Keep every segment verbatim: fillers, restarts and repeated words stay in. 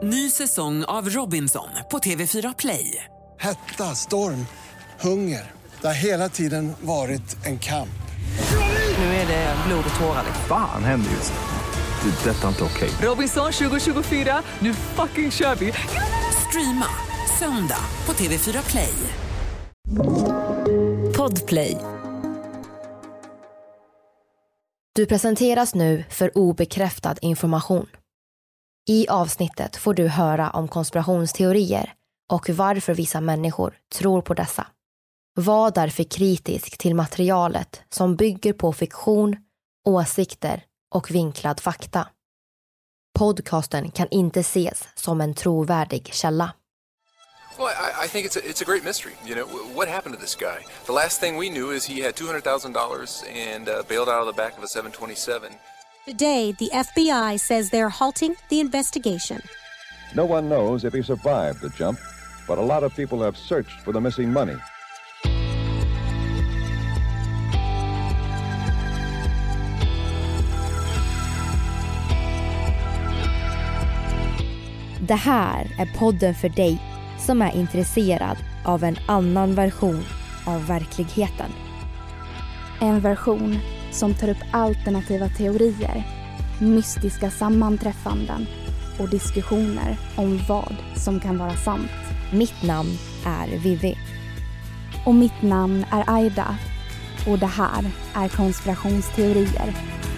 Ny säsong av Robinson på T V fyra Play. Hetta, storm, hunger. Det har hela tiden varit en kamp. Nu är det blod och tårar. Fan händer just nu. Det. Detta är inte okej. Robinson tjugo tjugofyra, nu fucking kör vi. Streama söndag på T V fyra Play. Podplay. Du presenteras nu för obekräftad information. I avsnittet får du höra om konspirationsteorier och varför vissa människor tror på dessa. Var därför kritisk till materialet som bygger på fiktion, åsikter och vinklad fakta. Podcasten kan inte ses som en trovärdig källa. Well, I, I think it's a, it's a great mystery. You know, what happened to this guy? The last thing we knew is he had two hundred thousand dollars and uh, bailed out of the back of a seven twenty-seven. Today, the F B I says they're halting the investigation. No one knows if he survived the jump, but a lot of people have searched for the missing money. Det här är podden för dig som är intresserad av en annan version av verkligheten. En version som tar upp alternativa teorier, mystiska sammanträffanden och diskussioner om vad som kan vara sant. Mitt namn är Vivi. Och mitt namn är Aida. Och det här är konspirationsteorier.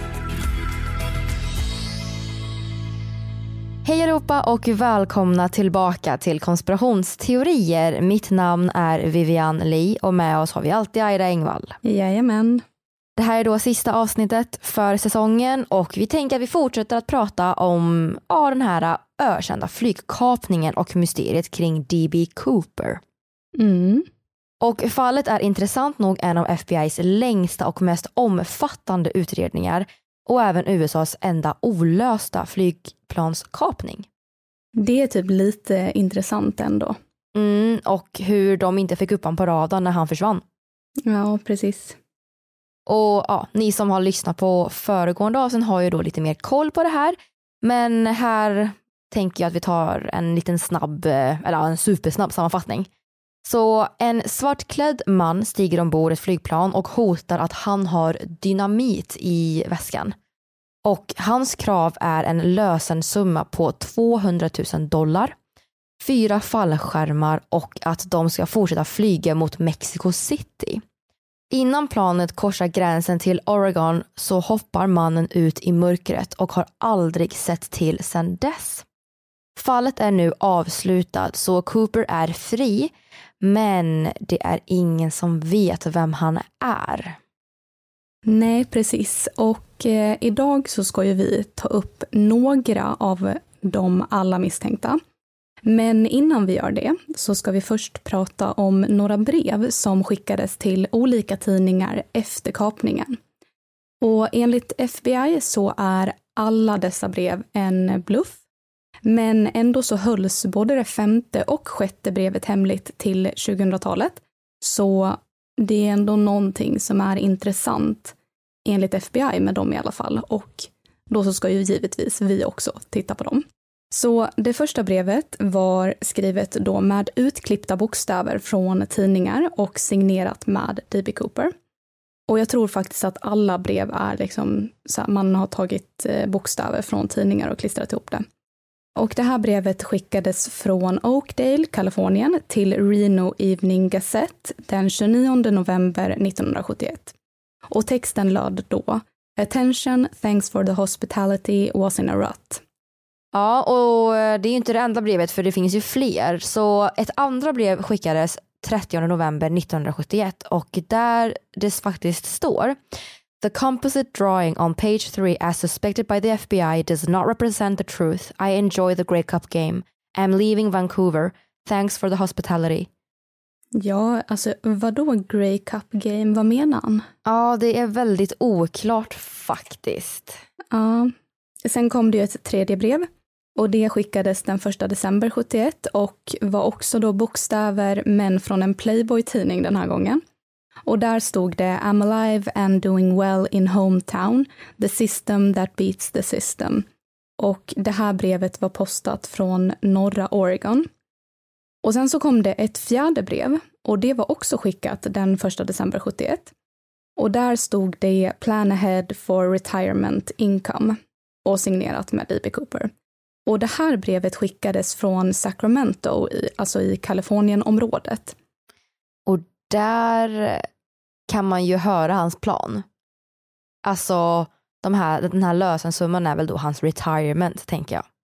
Hej Europa och välkomna tillbaka till konspirationsteorier. Mitt namn är Vivian Lee och med oss har vi alltid Aida Engvall. Jajamän. Det här är då sista avsnittet för säsongen och vi tänker att vi fortsätter att prata om ja, den här ökända flygkapningen och mysteriet kring D B Cooper. Mm. Och fallet är intressant nog en av F B I:s längsta och mest omfattande utredningar och även U S A:s enda olösta flygplanskapning. Det är typ lite intressant ändå. Mm, och hur de inte fick upp han på radarn när han försvann. Ja, precis. Och ja, ni som har lyssnat på föregående avsnitt har ju då lite mer koll på det här. Men här tänker jag att vi tar en liten snabb, eller en supersnabb sammanfattning. Så en svartklädd man stiger ombord ett flygplan och hotar att han har dynamit i väskan. Och hans krav är en lösensumma på tvåhundratusen dollar, fyra fallskärmar och att de ska fortsätta flyga mot Mexico City. Innan planet korsar gränsen till Oregon så hoppar mannen ut i mörkret och har aldrig sett till sedan dess. Fallet är nu avslutat så Cooper är fri, men det är ingen som vet vem han är. Nej, precis. Och eh, idag så ska ju vi ta upp några av de alla misstänkta. Men innan vi gör det så ska vi först prata om några brev som skickades till olika tidningar efter kapningen. Och enligt F B I så är alla dessa brev en bluff. Men ändå så hölls både det femte och sjätte brevet hemligt till tjugohundratalet. Så det är ändå någonting som är intressant enligt F B I med dem i alla fall. Och då så ska ju givetvis vi också titta på dem. Så det första brevet var skrivet då med utklippta bokstäver från tidningar och signerat med D B Cooper. Och jag tror faktiskt att alla brev är liksom så här, man har tagit bokstäver från tidningar och klistrat ihop det. Och det här brevet skickades från Oakdale, Kalifornien till Reno Evening Gazette den tjugonionde november nittonhundrasjuttioett. Och texten löd då: "Attention, thanks for the hospitality, was in a rut." Ja, och det är ju inte det enda brevet för det finns ju fler. Så ett andra brev skickades trettionde november nittonhundrasjuttioett och där det faktiskt står: "The composite drawing on page three as suspected by the F B I does not represent the truth. I enjoy the Grey Cup game. I'm leaving Vancouver. Thanks for the hospitality." Ja, alltså vadå Grey Cup game? Vad menar han? Ja, det är väldigt oklart faktiskt. Ja, sen kom det ju ett tredje brev. Och det skickades den första december sjuttioett och var också då bokstäver men från en Playboy-tidning den här gången. Och där stod det: "I'm alive and doing well in hometown. The system that beats the system." Och det här brevet var postat från norra Oregon. Och sen så kom det ett fjärde brev och det var också skickat den första december sjuttioett. Och där stod det Plan ahead for retirement income och signerat med D B Cooper. Och det här brevet skickades från Sacramento, i, alltså i Kalifornienområdet. Och där kan man ju höra hans plan. Alltså de här, den här lösensumman är väl då hans retirement, tänker jag.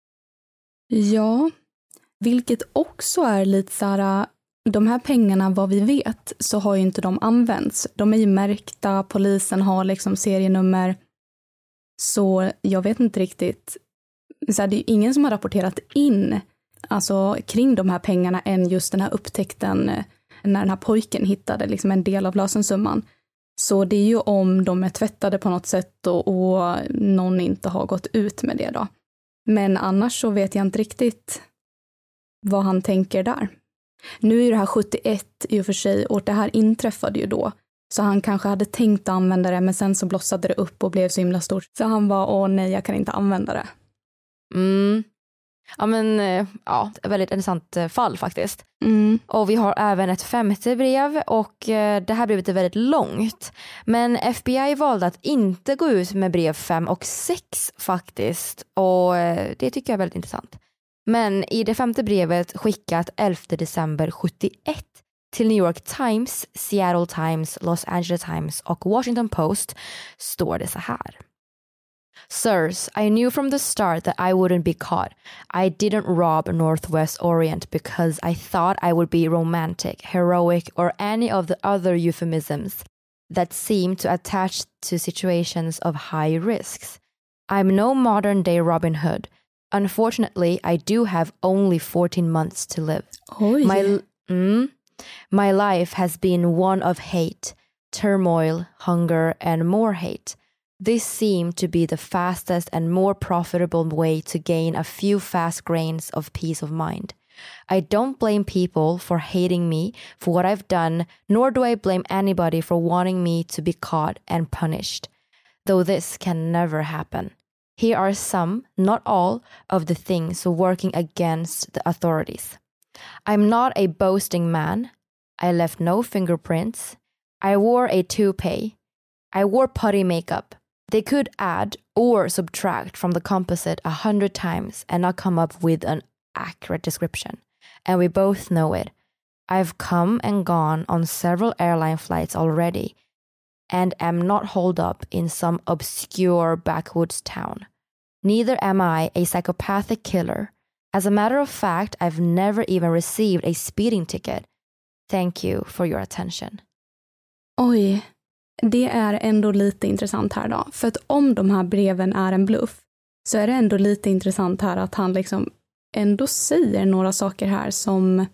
Ja, vilket också är lite så här, de här pengarna, vad vi vet, så har ju inte de använts. De är ju märkta, polisen har liksom serienummer. Så jag vet inte riktigt. Så här, det är ju ingen som har rapporterat in alltså, kring de här pengarna än just den här upptäckten när den här pojken hittade liksom en del av lösensumman. Så det är ju om de är tvättade på något sätt och, och någon inte har gått ut med det då. Men annars så vet jag inte riktigt vad han tänker där. Nu är det här sjuttioett i och för sig och det här inträffade ju då. Så han kanske hade tänkt att använda det men sen så blossade det upp och blev så himla stort. Så han var, åh nej, jag kan inte använda det. Mm. Ja men, ja, ett väldigt intressant fall faktiskt. Mm. Och vi har även ett femte brev och det här brevet är väldigt långt. Men F B I valde att inte gå ut med brev fem och sex faktiskt. Och det tycker jag är väldigt intressant. Men i det femte brevet skickat elfte december sjuttioett till New York Times, Seattle Times, Los Angeles Times och Washington Post står det så här. Sirs, I knew from the start that I wouldn't be caught. I didn't rob Northwest Orient because I thought I would be romantic, heroic, or any of the other euphemisms that seem to attach to situations of high risks. I'm no modern-day Robin Hood. Unfortunately, I do have only fourteen months to live. Oj. My, mm, my life has been one of hate, turmoil, hunger, and more hate. This seemed to be the fastest and more profitable way to gain a few fast grains of peace of mind. I don't blame people for hating me for what I've done, nor do I blame anybody for wanting me to be caught and punished, though this can never happen. Here are some, not all, of the things working against the authorities. I'm not a boasting man. I left no fingerprints. I wore a toupee. I wore putty makeup. They could add or subtract from the composite a hundred times and not come up with an accurate description. And we both know it. I've come and gone on several airline flights already and am not holed up in some obscure backwoods town. Neither am I a psychopathic killer. As a matter of fact, I've never even received a speeding ticket. Thank you for your attention. Oj, det är ändå lite intressant här då. För att om de här breven är en bluff så är det ändå lite intressant här att han liksom ändå säger några saker här som,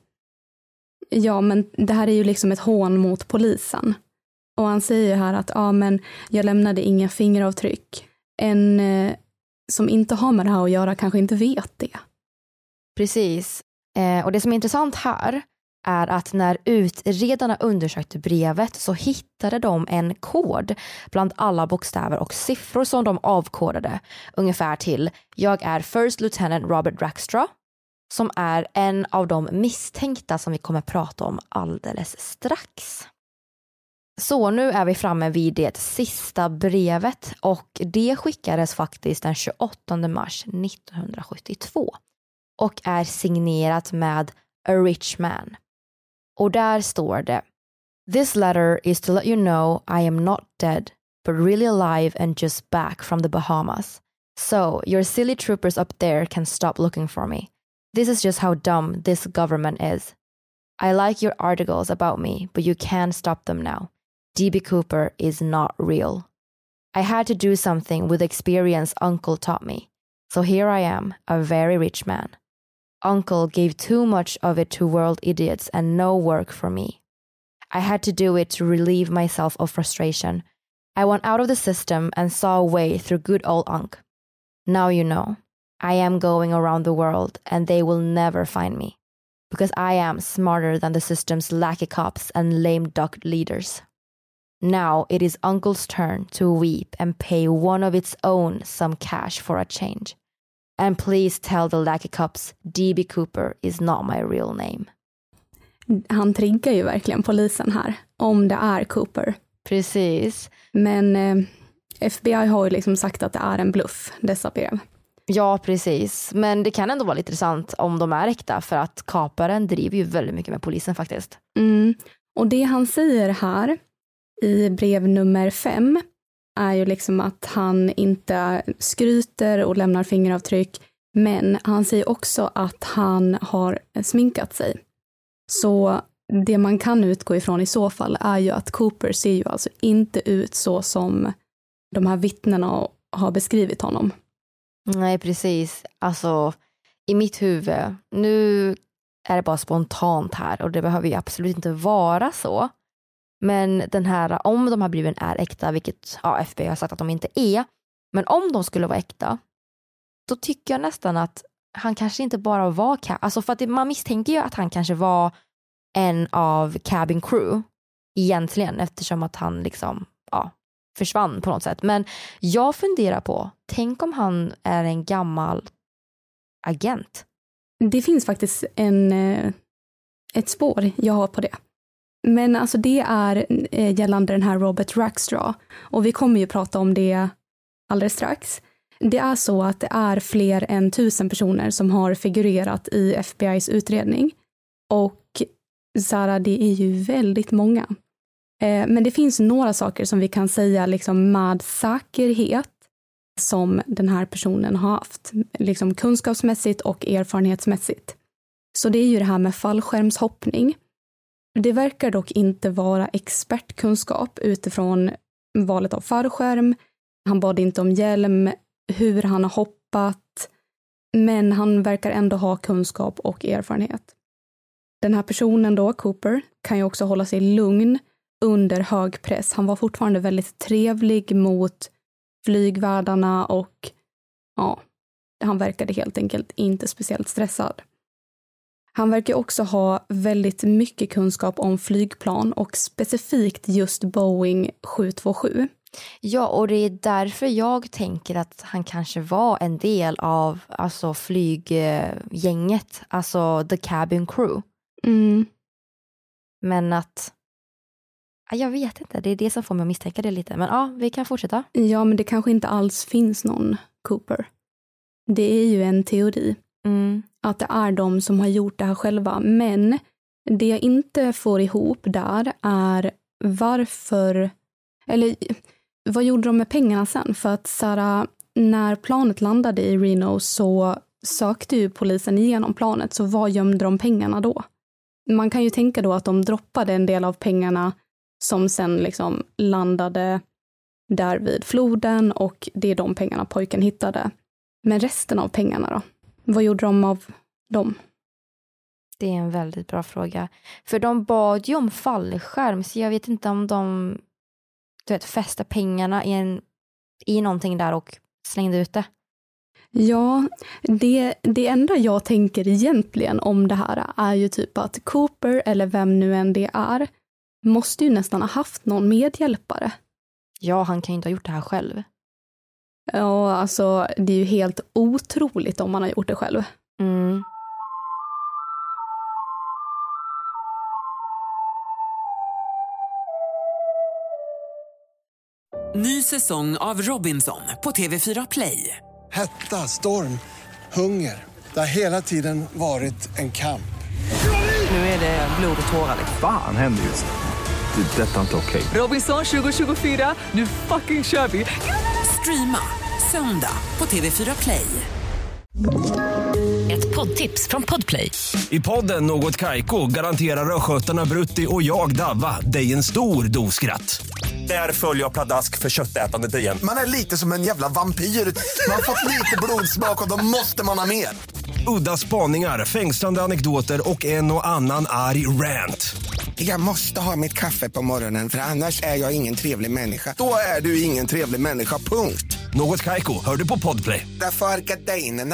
ja men det här är ju liksom ett hån mot polisen. Och han säger här att ja men jag lämnade inga fingeravtryck. En eh, som inte har med det här att göra kanske inte vet det. Precis. Eh, och det som är intressant här är att när utredarna undersökte brevet så hittade de en kod bland alla bokstäver och siffror som de avkodade ungefär till jag är First Lieutenant Robert Rackstraw som är en av de misstänkta som vi kommer prata om alldeles strax. Så nu är vi framme vid det sista brevet och det skickades faktiskt den tjugoåttonde mars nittonhundrasjuttiotvå och är signerat med A Rich Man. Och där står det: This letter is to let you know I am not dead but really alive and just back from the Bahamas. So your silly troopers up there can stop looking for me. This is just how dumb this government is. I like your articles about me but you can't stop them now. D B Cooper is not real. I had to do something with the experience Uncle taught me. So here I am, a very rich man. Uncle gave too much of it to world idiots and no work for me. I had to do it to relieve myself of frustration. I went out of the system and saw a way through good old Unc. Now you know. I am going around the world and they will never find me. Because I am smarter than the system's lackey cops and lame duck leaders. Now it is Uncle's turn to weep and pay one of its own some cash for a change. And please tell the Lackey Cops D B Cooper is not my real name. Han triggar ju verkligen polisen här, om det är Cooper. Precis. Men eh, F B I har ju liksom sagt att det är en bluff, dessa brev. Ja, precis. Men det kan ändå vara lite intressant om de är äkta, för att kaparen driver ju väldigt mycket med polisen faktiskt. Mm. Och det han säger här i brev nummer fem är ju liksom att han inte skryter och lämnar fingeravtryck, men han säger också att han har sminkat sig. Så det man kan utgå ifrån i så fall är ju att Cooper ser ju alltså inte ut så som de här vittnena har beskrivit honom. Nej, precis. Alltså, i mitt huvud, nu är det bara spontant här och det behöver ju absolut inte vara så. Men den här, om de här breven är äkta, vilket ja, F B I har sagt att de inte är, men om de skulle vara äkta, då tycker jag nästan att han kanske inte bara var, alltså för att det, man misstänker ju att han kanske var en av cabin crew egentligen, eftersom att han liksom, ja, försvann på något sätt. Men jag funderar på, tänk om han är en gammal agent. Det finns faktiskt en, ett spår jag har på det. Men alltså det är gällande den här Robert Rackstraw. Och vi kommer ju prata om det alldeles strax. Det är så att det är fler än tusen personer som har figurerat i F B I:s utredning. Och Sara, det är ju väldigt många. Men det finns några saker som vi kan säga liksom med säkerhet som den här personen har haft. Liksom kunskapsmässigt och erfarenhetsmässigt. Så det är ju det här med fallskärmshoppning. Det verkar dock inte vara expertkunskap utifrån valet av fallskärm. Han bad inte om hjälm, hur han har hoppat. Men han verkar ändå ha kunskap och erfarenhet. Den här personen då, Cooper, kan ju också hålla sig lugn under hög press. Han var fortfarande väldigt trevlig mot flygvärdarna och ja, han verkade helt enkelt inte speciellt stressad. Han verkar också ha väldigt mycket kunskap om flygplan och specifikt just Boeing sju två sju. Ja, och det är därför jag tänker att han kanske var en del av alltså flyggänget, alltså the cabin crew. Mm. Men att jag vet inte, det är det som får mig att misstänka det lite. Men ja, vi kan fortsätta. Ja, men det kanske inte alls finns någon Cooper. Det är ju en teori. Mm. Att det är de som har gjort det här själva. Men det jag inte får ihop där är varför, eller vad gjorde de med pengarna sen? För att Sara, när planet landade i Reno så sökte ju polisen igenom planet. Så vad gömde de pengarna då? Man kan ju tänka då att de droppade en del av pengarna som sen liksom landade där vid floden och det är de pengarna pojken hittade. Men resten av pengarna då? Vad gjorde de av dem? Det är en väldigt bra fråga. För de bad ju om fallskärm, så jag vet inte om de du vet, fäste pengarna i, en, i någonting där och slängde ut det. Ja, det, det enda jag tänker egentligen om det här är ju typ att Cooper, eller vem nu än det är, måste ju nästan ha haft någon medhjälpare. Ja, han kan ju inte ha gjort det här själv. Ja, alltså det är ju helt otroligt om man har gjort det själv. Mm. Ny säsong av Robinson på T V fyra Play. Hetta, storm, hunger. Det har hela tiden varit en kamp. Nu är det blod och tårar. Fan händer just det. Det är detta inte okej. Robinson tjugo tjugofyra, nu fucking kör vi. Streama söndag på T V fyra Play. Ett poddtips från Podplay. I podden Något Kaiko garanterar östgötarna Brutti och jag Davva dig en stor dos skratt. Där följer jag pladask för köttätandet igen. Man är lite som en jävla vampyr. Man har fått lite blodsmak och då måste man ha mer. Udda spaningar, fängslande anekdoter och en och annan arg rant. Jag måste ha mitt kaffe på morgonen för annars är jag ingen trevlig människa. Då är du ingen trevlig människa, punkt. Något Kaiko, hör du på Podplay. Därför är gardinerna.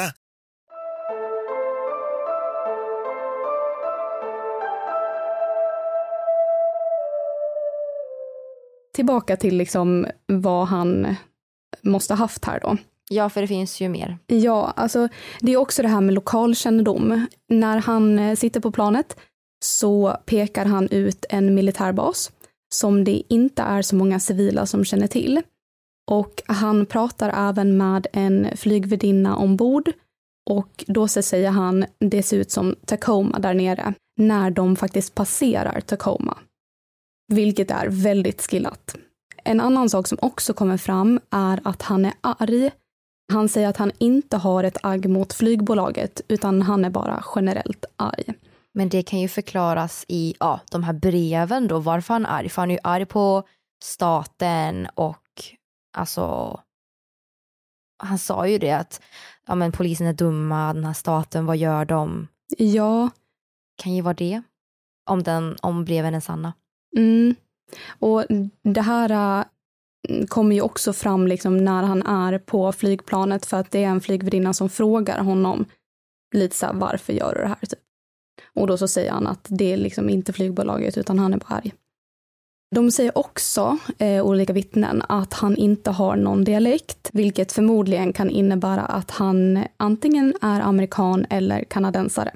Tillbaka till liksom vad han måste ha haft här då. Ja, för det finns ju mer. Ja, alltså det är också det här med lokalkännedom. När han sitter på planet så pekar han ut en militärbas som det inte är så många civila som känner till. Och han pratar även med en flygvärdinna ombord. Och då så säger han, det ser ut som Tacoma där nere, när de faktiskt passerar Tacoma. Vilket är väldigt skillat. En annan sak som också kommer fram är att han är arg. Han säger att han inte har ett agg mot flygbolaget, utan han är bara generellt arg. Men det kan ju förklaras i ja, de här breven då, varför han är arg. För han är ju arg på staten och alltså, han sa ju det att ja, men polisen är dumma, den här staten, vad gör de? Ja. Kan ju vara det, om, den, om breven är sanna. Mm. Och det här äh, kommer ju också fram liksom när han är på flygplanet, för att det är en flygvärdinna som frågar honom lite så här, varför gör du det här? Typ. Och då så säger han att det är liksom inte flygbolaget utan han är bara arg. De säger också, eh, olika vittnen, att han inte har någon dialekt, vilket förmodligen kan innebära att han antingen är amerikan eller kanadensare.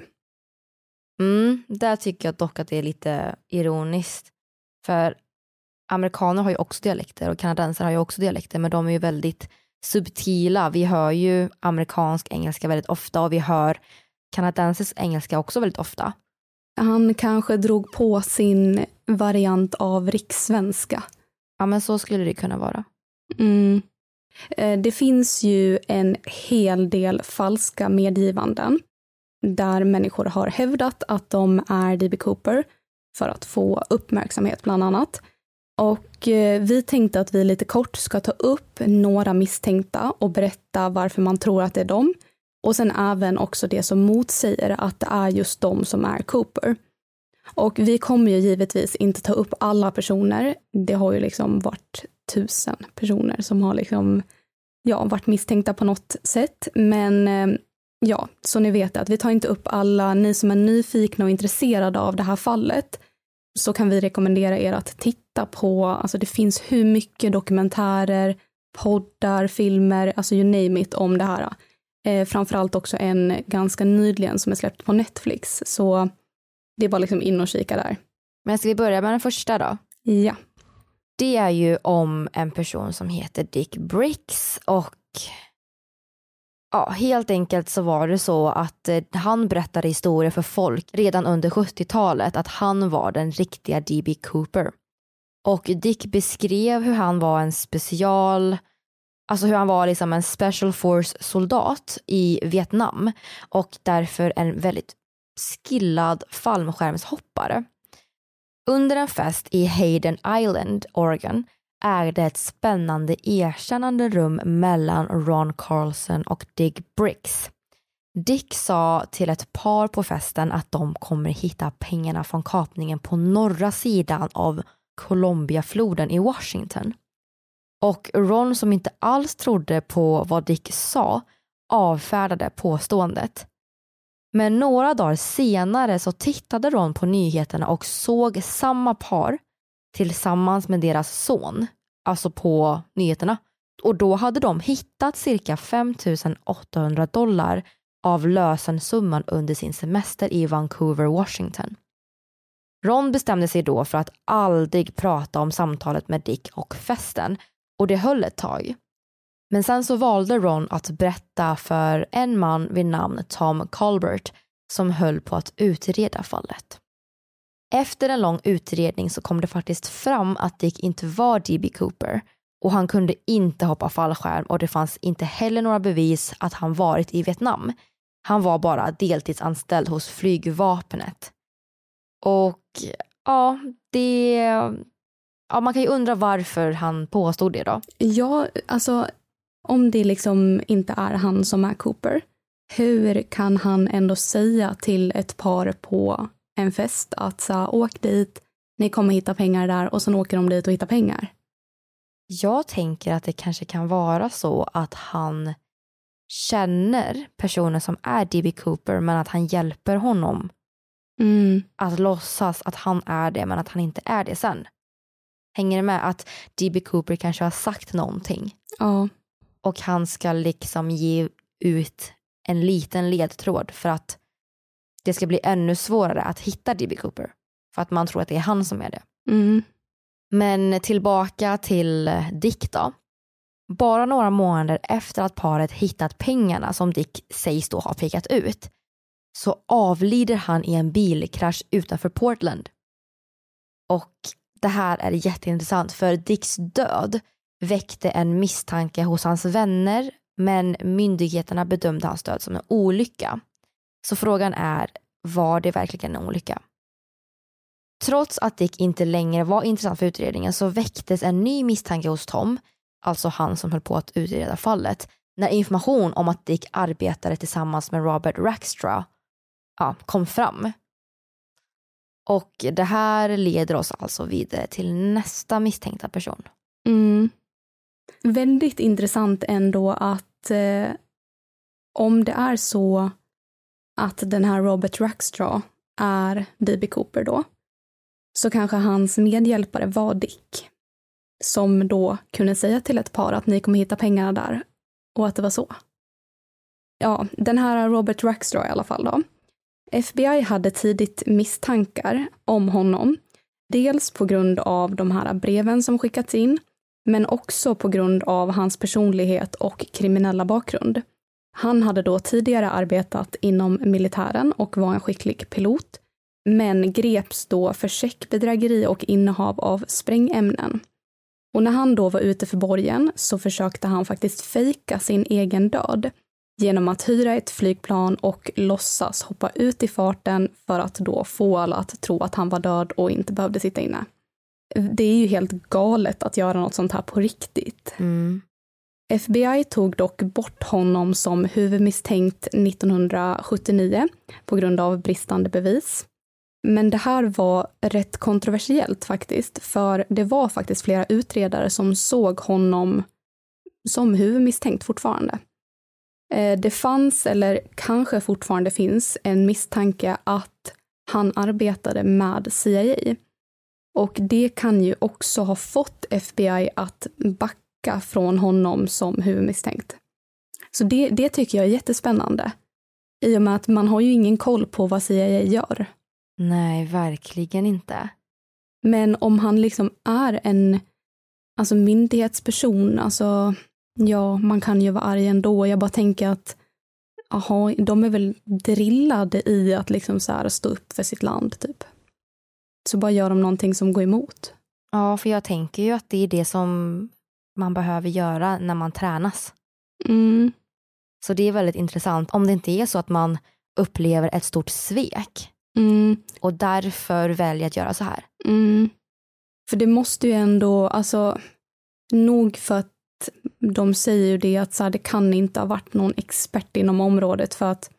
Mm, där tycker jag dock att det är lite ironiskt. För amerikaner har ju också dialekter och kanadensare har ju också dialekter, men de är ju väldigt subtila. Vi hör ju amerikansk engelska väldigt ofta och vi hör kanadensisk engelska också väldigt ofta. Han kanske drog på sin variant av rikssvenska. Ja, men så skulle det kunna vara. Mm. Det finns ju en hel del falska medgivanden där människor har hävdat att de är D B Cooper för att få uppmärksamhet bland annat. Och vi tänkte att vi lite kort ska ta upp några misstänkta och berätta varför man tror att det är dem. Och sen även också det som motsäger att det är just de som är Cooper. Och vi kommer ju givetvis inte ta upp alla personer. Det har ju liksom varit tusen personer som har liksom, ja, varit misstänkta på något sätt. Men ja, så ni vet att vi tar inte upp alla. Ni som är nyfikna och intresserade av det här fallet, så kan vi rekommendera er att titta på, alltså det finns hur mycket dokumentärer, poddar, filmer, alltså you name it om det här. Eh, framförallt också en ganska nyligen som är släppt på Netflix. Så det är bara liksom in och kika där. Men ska vi börja med den första då? Ja. Det är ju om en person som heter Dick Briggs. Och ja, helt enkelt så var det så att eh, han berättade historier för folk redan under sjuttiotalet att han var den riktiga D B Cooper. Och Dick beskrev hur han var en special... Alltså hur han var liksom en special force soldat i Vietnam och därför en väldigt skillad fallskärmshoppare. Under en fest i Hayden Island, Oregon, ägde ett spännande erkännande rum mellan Ron Carlson och Dick Briggs. Dick sa till ett par på festen att de kommer hitta pengarna från kapningen på norra sidan av Columbiafloden i Washington. Och Ron, som inte alls trodde på vad Dick sa, avfärdade påståendet. Men några dagar senare så tittade Ron på nyheterna och såg samma par tillsammans med deras son, alltså på nyheterna. Och då hade de hittat cirka fem tusen åttahundra dollar av lösensumman under sin semester i Vancouver, Washington. Ron bestämde sig då för att aldrig prata om samtalet med Dick och festen. Och det höll ett tag. Men sen så valde Ron att berätta för en man vid namn Tom Colbert som höll på att utreda fallet. Efter en lång utredning så kom det faktiskt fram att Dick inte var D B Cooper. Och han kunde inte hoppa fallskärm och det fanns inte heller några bevis att han varit i Vietnam. Han var bara deltidsanställd hos flygvapnet. Och ja, det... Ja, man kan ju undra varför han påstod det då. Ja, alltså om det liksom inte är han som är Cooper, hur kan han ändå säga till ett par på en fest att så, åk dit, ni kommer hitta pengar där, och sen åker de dit och hittar pengar? Jag tänker att det kanske kan vara så att han känner personen som är D B Cooper, men att han hjälper honom mm. att låtsas att han är det, men att han inte är det sen. Hänger det med att D B Cooper kanske har sagt någonting? Ja. Och han ska liksom ge ut en liten ledtråd för att det ska bli ännu svårare att hitta D B Cooper. För att man tror att det är han som är det. Mm. Men tillbaka till Dick då. Bara några månader efter att paret hittat pengarna som Dick sägs då ha pekat ut, så avlider han i en bilkrasch utanför Portland. Och det här är jätteintressant, för Dicks död väckte en misstanke hos hans vänner, men myndigheterna bedömde hans död som en olycka. Så frågan är, var det verkligen en olycka? Trots att Dick inte längre var intressant för utredningen så väcktes en ny misstanke hos Tom, alltså han som höll på att utreda fallet, när information om att Dick arbetade tillsammans med Robert Rackstraw ja, kom fram. Och det här leder oss alltså vidare till nästa misstänkta person. Mm. Väldigt intressant ändå att eh, om det är så att den här Robert Rackstraw är D B Cooper då, så kanske hans medhjälpare var Dick, som då kunde säga till ett par att ni kommer hitta pengarna där, och att det var så. Ja, den här Robert Rackstraw i alla fall då. F B I hade tidigt misstankar om honom, dels på grund av de här breven som skickats in, men också på grund av hans personlighet och kriminella bakgrund. Han hade då tidigare arbetat inom militären och var en skicklig pilot, men greps då för checkbedrägeri och innehav av sprängämnen. Och när han då var ute för borgen så försökte han faktiskt fejka sin egen död genom att hyra ett flygplan och låtsas hoppa ut i farten för att då få alla att tro att han var död och inte behövde sitta inne. Det är ju helt galet att göra något sånt här på riktigt. Mm. F B I tog dock bort honom som huvudmisstänkt nittonhundrasjuttionio på grund av bristande bevis. Men det här var rätt kontroversiellt faktiskt, för det var faktiskt flera utredare som såg honom som huvudmisstänkt fortfarande. Det fanns, eller kanske fortfarande finns, en misstanke att han arbetade med C I A. Och det kan ju också ha fått F B I att backa från honom som huvudmisstänkt. Så det, det tycker jag är jättespännande. I och med att man har ju ingen koll på vad C I A gör. Nej, verkligen inte. Men om han liksom är en alltså myndighetsperson, alltså ja, man kan ju vara arg ändå. Jag bara tänker att aha, de är väl drillade i att liksom så här stå upp för sitt land typ. Så bara gör de någonting som går emot. Ja, för jag tänker ju att det är det som man behöver göra när man tränas. Mm. Så det är väldigt intressant. Om det inte är så att man upplever ett stort svek. Mm. Och därför väljer att göra så här. Mm. För det måste ju ändå, alltså nog för att de säger ju det att så här, det kan inte ha varit någon expert inom området, för att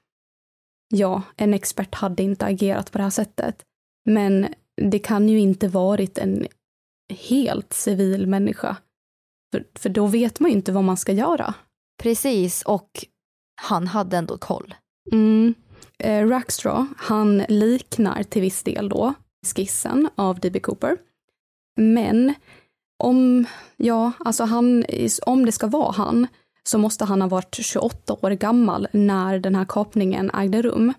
ja, en expert hade inte agerat på det här sättet. Men det kan ju inte varit en helt civil människa. För, för då vet man ju inte vad man ska göra. Precis, och han hade ändå koll. Mm. Eh, Rackstraw, han liknar till viss del då skissen av D B Cooper. Men om, ja, alltså han, om det ska vara han, så måste han ha varit tjugoåtta år gammal när den här kapningen ägde rum.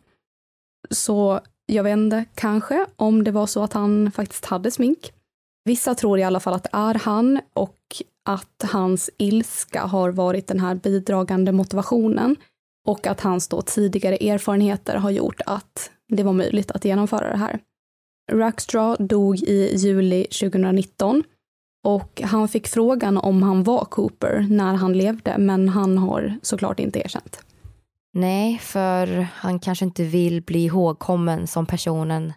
Så jag vet inte, kanske om det var så att han faktiskt hade smink. Vissa tror i alla fall att det är han, och att hans ilska har varit den här bidragande motivationen, och att hans då tidigare erfarenheter har gjort att det var möjligt att genomföra det här. Rackstraw dog i juli tjugonitton, och han fick frågan om han var Cooper när han levde, men han har såklart inte erkänt. Nej, för han kanske inte vill bli ihågkommen som personen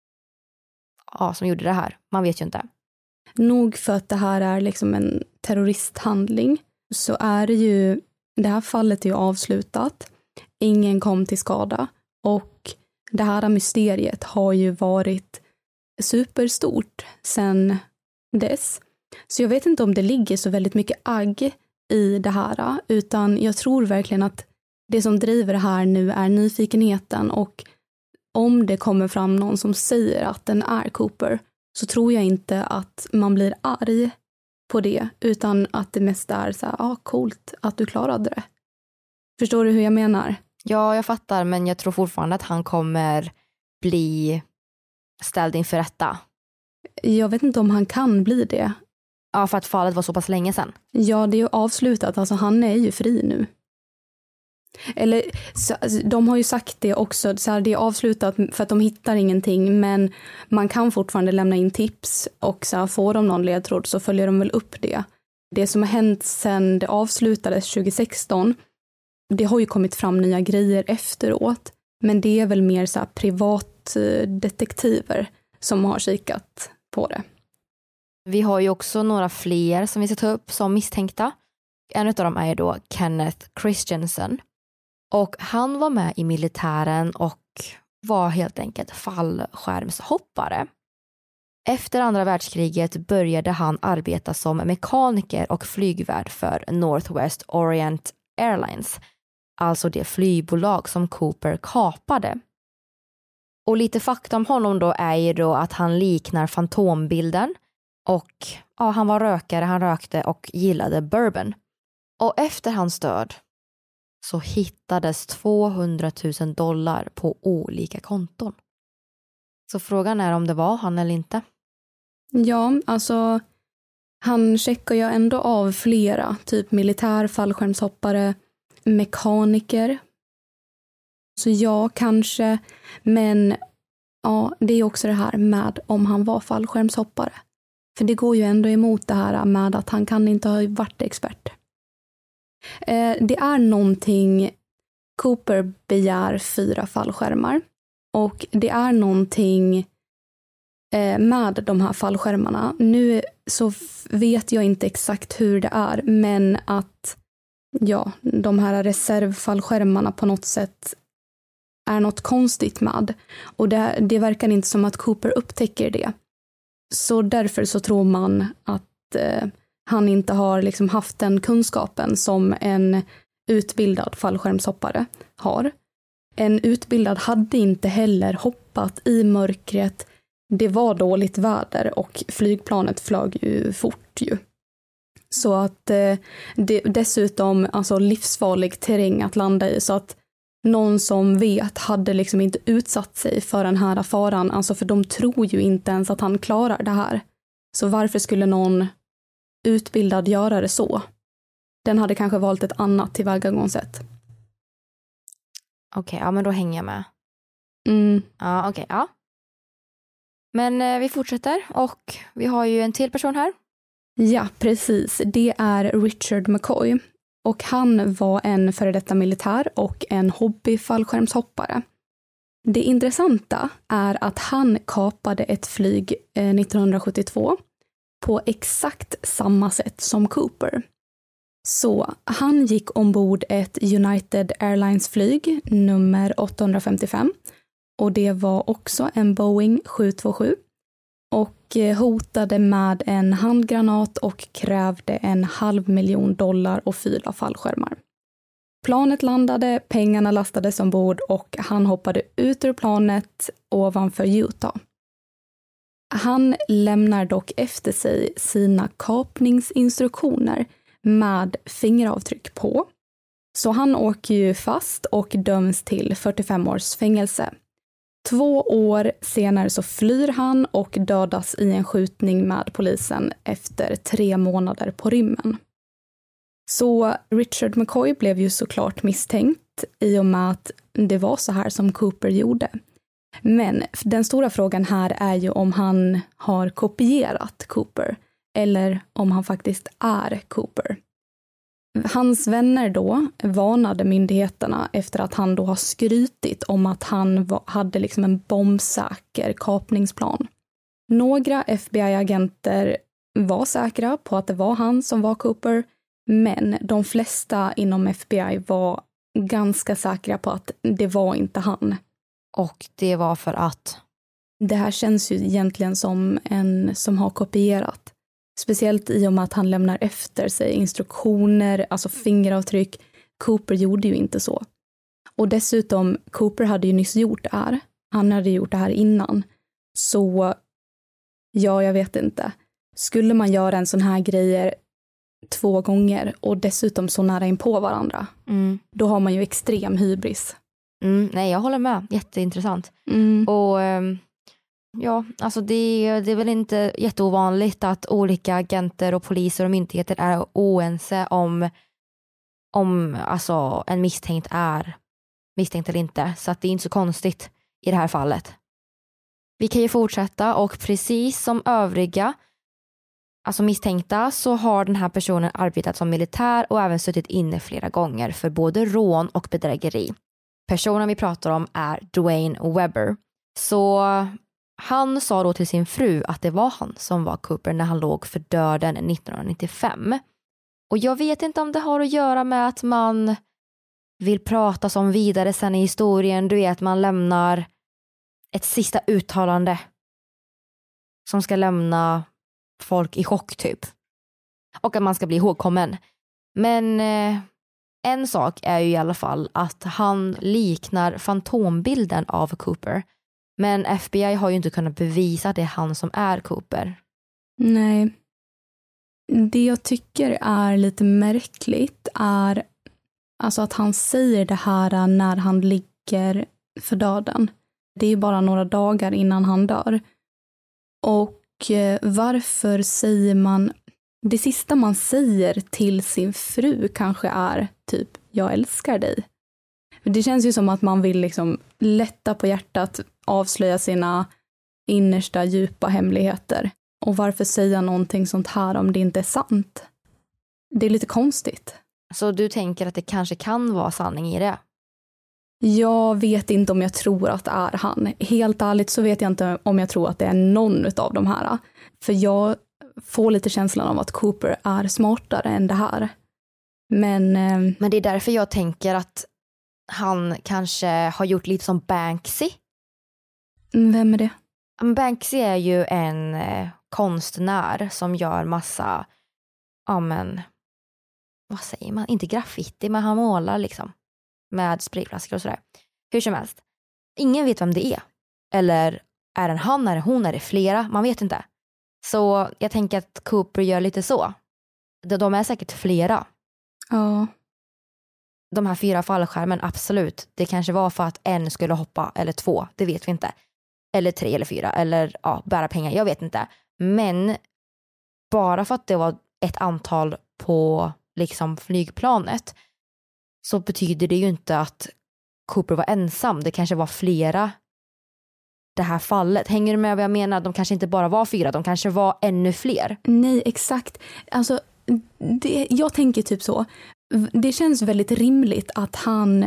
ja, som gjorde det här. Man vet ju inte. Nog för att det här är liksom en terroristhandling, så är det ju, det här fallet är ju avslutat. Ingen kom till skada, och det här mysteriet har ju varit superstort sedan dess. Så jag vet inte om det ligger så väldigt mycket agg i det här, utan jag tror verkligen att det som driver det här nu är nyfikenheten, och om det kommer fram någon som säger att den är Cooper, så tror jag inte att man blir arg, på det, utan att det mest är så här, ja, ah, coolt att du klarade det. Förstår du hur jag menar? Ja, jag fattar, men jag tror fortfarande att han kommer bli ställd inför rätta. Jag vet inte om han kan bli det. Ja, för att fallet var så pass länge sedan. Ja, det är ju avslutat. Alltså han är ju fri nu. Eller, så, de har ju sagt det också. Så här, det är avslutat för att de hittar ingenting. Men man kan fortfarande lämna in tips. Och så här, får de någon ledtråd så följer de väl upp det. Det som har hänt sedan det avslutades tjugo sexton. Det har ju kommit fram nya grejer efteråt. Men det är väl mer så här privatdetektiver som har kikat på det. Vi har ju också några fler som vi ska ta upp som misstänkta. En av dem är ju då Kenneth Christensen. Och han var med i militären och var helt enkelt fallskärmshoppare. Efter andra världskriget började han arbeta som mekaniker och flygvärd för Northwest Orient Airlines. Alltså det flygbolag som Cooper kapade. Och lite fakta om honom då är ju då att han liknar fantombilden. Och ja, han var rökare, han rökte och gillade bourbon. Och efter hans död så hittades tvåhundratusen dollar på olika konton. Så frågan är om det var han eller inte. Ja, alltså han checkar ju ändå av flera. Typ militär, fallskärmshoppare, mekaniker. Så ja, kanske. Men ja, det är också det här med om han var fallskärmshoppare. För det går ju ändå emot det här med att han kan inte ha varit expert. Eh, det är någonting, Cooper begär fyra fallskärmar. Och det är någonting eh, med de här fallskärmarna. Nu så vet jag inte exakt hur det är. Men att ja, de här reservfallskärmarna på något sätt är något konstigt med. Och det, det verkar inte som att Cooper upptäcker det. Så därför så tror man att eh, han inte har liksom haft den kunskapen som en utbildad fallskärmshoppare har. En utbildad hade inte heller hoppat i mörkret. Det var dåligt väder och flygplanet flög ju fort ju. Så att eh, det dessutom alltså livsfarlig terräng att landa i, så att någon som vet hade liksom inte utsatt sig för den här faran. Alltså för de tror ju inte ens att han klarar det här. Så varför skulle någon utbildad göra det så? Den hade kanske valt ett annat tillvägagångssätt. Okej, okay, ja men då hänger jag med. Mm. Ja, okej, okay, ja. Men eh, vi fortsätter och vi har ju en till person här. Ja, precis. Det är Richard McCoy. Och han var en före detta militär och en hobbyfallskärmshoppare. Det intressanta är att han kapade ett flyg eh, nittonhundrasjuttiotvå på exakt samma sätt som Cooper. Så han gick ombord ett United Airlines-flyg nummer åttahundrafemtiofem. Och det var också en Boeing sju två sju. Och hotade med en handgranat och krävde en halv miljon dollar och fyra fallskärmar. Planet landade, pengarna lastades ombord och han hoppade ut ur planet ovanför Utah. Han lämnar dock efter sig sina kapningsinstruktioner med fingeravtryck på. Så han åker ju fast och döms till fyrtiofem års fängelse. Två år senare så flyr han och dödas i en skjutning med polisen efter tre månader på rymmen. Så Richard McCoy blev ju såklart misstänkt i och med att det var så här som Cooper gjorde. Men den stora frågan här är ju om han har kopierat Cooper eller om han faktiskt är Cooper. Hans vänner då varnade myndigheterna efter att han då har skrytit om att han var, hade liksom en bombsäker kapningsplan. Några F B I-agenter var säkra på att det var han som var Cooper, men de flesta inom F B I var ganska säkra på att det var inte han. Och det var för att? Det här känns ju egentligen som en som har kopierat. Speciellt i och med att han lämnar efter sig instruktioner, alltså fingeravtryck. Cooper gjorde ju inte så. Och dessutom, Cooper hade ju nyss gjort det här. Han hade gjort det här innan. Så, ja, jag vet inte. skulle man göra en sån här grejer två gånger och dessutom så nära in på varandra, Mm. då har man ju extrem hybris. Mm, nej, jag håller med. Jätteintressant. Mm. Och ehm, ja, alltså det, det är väl inte jätteovanligt att olika agenter och poliser och myndigheter är oense om om alltså en misstänkt är misstänkt eller inte. Så att det är inte så konstigt i det här fallet. Vi kan ju fortsätta, och precis som övriga alltså misstänkta så har den här personen arbetat som militär och även suttit inne flera gånger för både rån och bedrägeri. Personen vi pratar om är Dwayne Webber. Så han sa då till sin fru att det var han som var Cooper när han låg för döden nittonhundranittiofem. Och jag vet inte om det har att göra med att man vill prata som vidare sen i historien. Du vet, man lämnar ett sista uttalande som ska lämna folk i chock typ. Och att man ska bli ihågkommen. Men eh, en sak är ju i alla fall att han liknar fantombilden av Cooper. Men F B I har ju inte kunnat bevisa att det är han som är Cooper. Nej. Det jag tycker är lite märkligt är alltså att han säger det här när han ligger för döden. Det är ju bara några dagar innan han dör. Och eh, varför säger man... Det sista man säger till sin fru kanske är typ, jag älskar dig. Det känns ju som att man vill liksom lätta på hjärtat, avslöja sina innersta djupa hemligheter. Och varför säga någonting sånt här om det inte är sant? Det är lite konstigt. Så du tänker att det kanske kan vara sanning i det? Jag vet inte om jag tror att det är han. Helt ärligt så vet jag inte om jag tror att det är någon av de här. För jag får lite känslan av att Cooper är smartare än det här. Men, eh... Men det är därför jag tänker att han kanske har gjort lite som Banksy. Vem är det? Banksy är ju en eh, konstnär som gör massa, ja men, vad säger man? Inte graffiti, men han målar liksom. Med sprayflaskor och sådär. Hur som helst. Ingen vet vem det är. Eller är det han, är det hon, är det flera? Man vet inte. Så jag tänker att Cooper gör lite så. De är säkert flera. Ja. De här fyra fallskärmen, absolut. Det kanske var för att en skulle hoppa, eller två, det vet vi inte. Eller tre eller fyra, eller ja, bära pengar, jag vet inte. Men bara för att det var ett antal på liksom flygplanet så betyder det ju inte att Cooper var ensam. Det kanske var flera det här fallet. Hänger du med vad jag menar? De kanske inte bara var fyra, de kanske var ännu fler. Nej, exakt. Alltså, det, jag tänker typ så. Det känns väldigt rimligt att han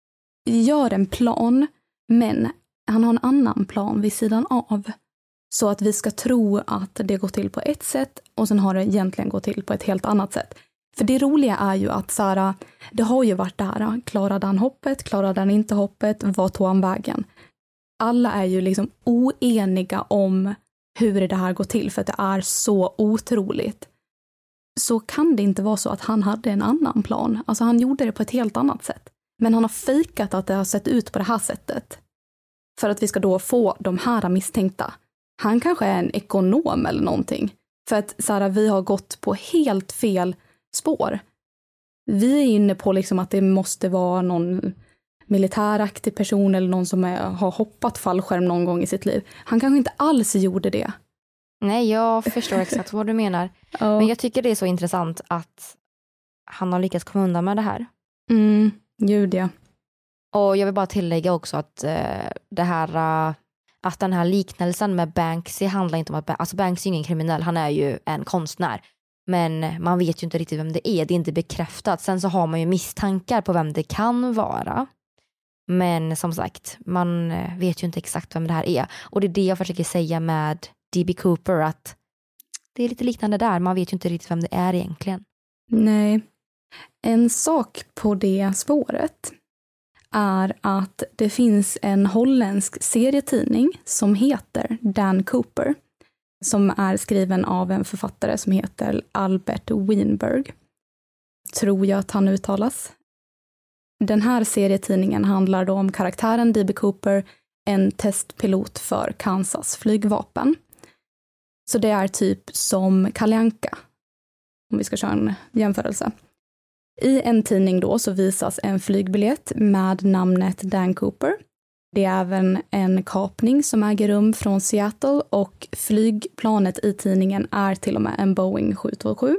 gör en plan, men han har en annan plan vid sidan av. Så att vi ska tro att det går till på ett sätt och sen har det egentligen gått till på ett helt annat sätt. För det roliga är ju att Sara, det har ju varit där. Klarade han hoppet? Klarade han inte hoppet? Vad tog han vägen? Alla är ju liksom oeniga om hur det här går till för att det är så otroligt. Så kan det inte vara så att han hade en annan plan. Alltså han gjorde det på ett helt annat sätt. Men han har fejkat att det har sett ut på det här sättet. För att vi ska då få de här misstänkta. Han kanske är en ekonom eller någonting. För att Sara, vi har gått på helt fel spår. Vi är inne på liksom att det måste vara någon militäraktig person eller någon som är, har hoppat fallskärm någon gång i sitt liv. Han kanske inte alls gjorde det. Nej, jag förstår exakt vad du menar. Ja. Men jag tycker det är så intressant att han har lyckats komma undan med det här. Mm, gud ja. Och jag vill bara tillägga också att uh, det här uh, att den här liknelsen med Banksy handlar inte om att alltså Banksy är ingen kriminell, han är ju en konstnär. Men man vet ju inte riktigt vem det är. Det är inte bekräftat. Sen så har man ju misstankar på vem det kan vara. Men som sagt, man vet ju inte exakt vem det här är. Och det är det jag försöker säga med D B Cooper. Att det är lite liknande där. Man vet ju inte riktigt vem det är egentligen. Nej. En sak på det spåret är att det finns en holländsk serietidning som heter Dan Cooper. Som är skriven av en författare som heter Albert Weinberg. Tror jag att han uttalas. Den här serietidningen handlar då om karaktären D B Cooper, en testpilot för Kansas flygvapen. Så det är typ som Kalle Anka, om vi ska köra en jämförelse. I en tidning då så visas en flygbiljett med namnet Dan Cooper. Det är även en kapning som äger rum från Seattle och flygplanet i tidningen är till och med en Boeing sju två sju.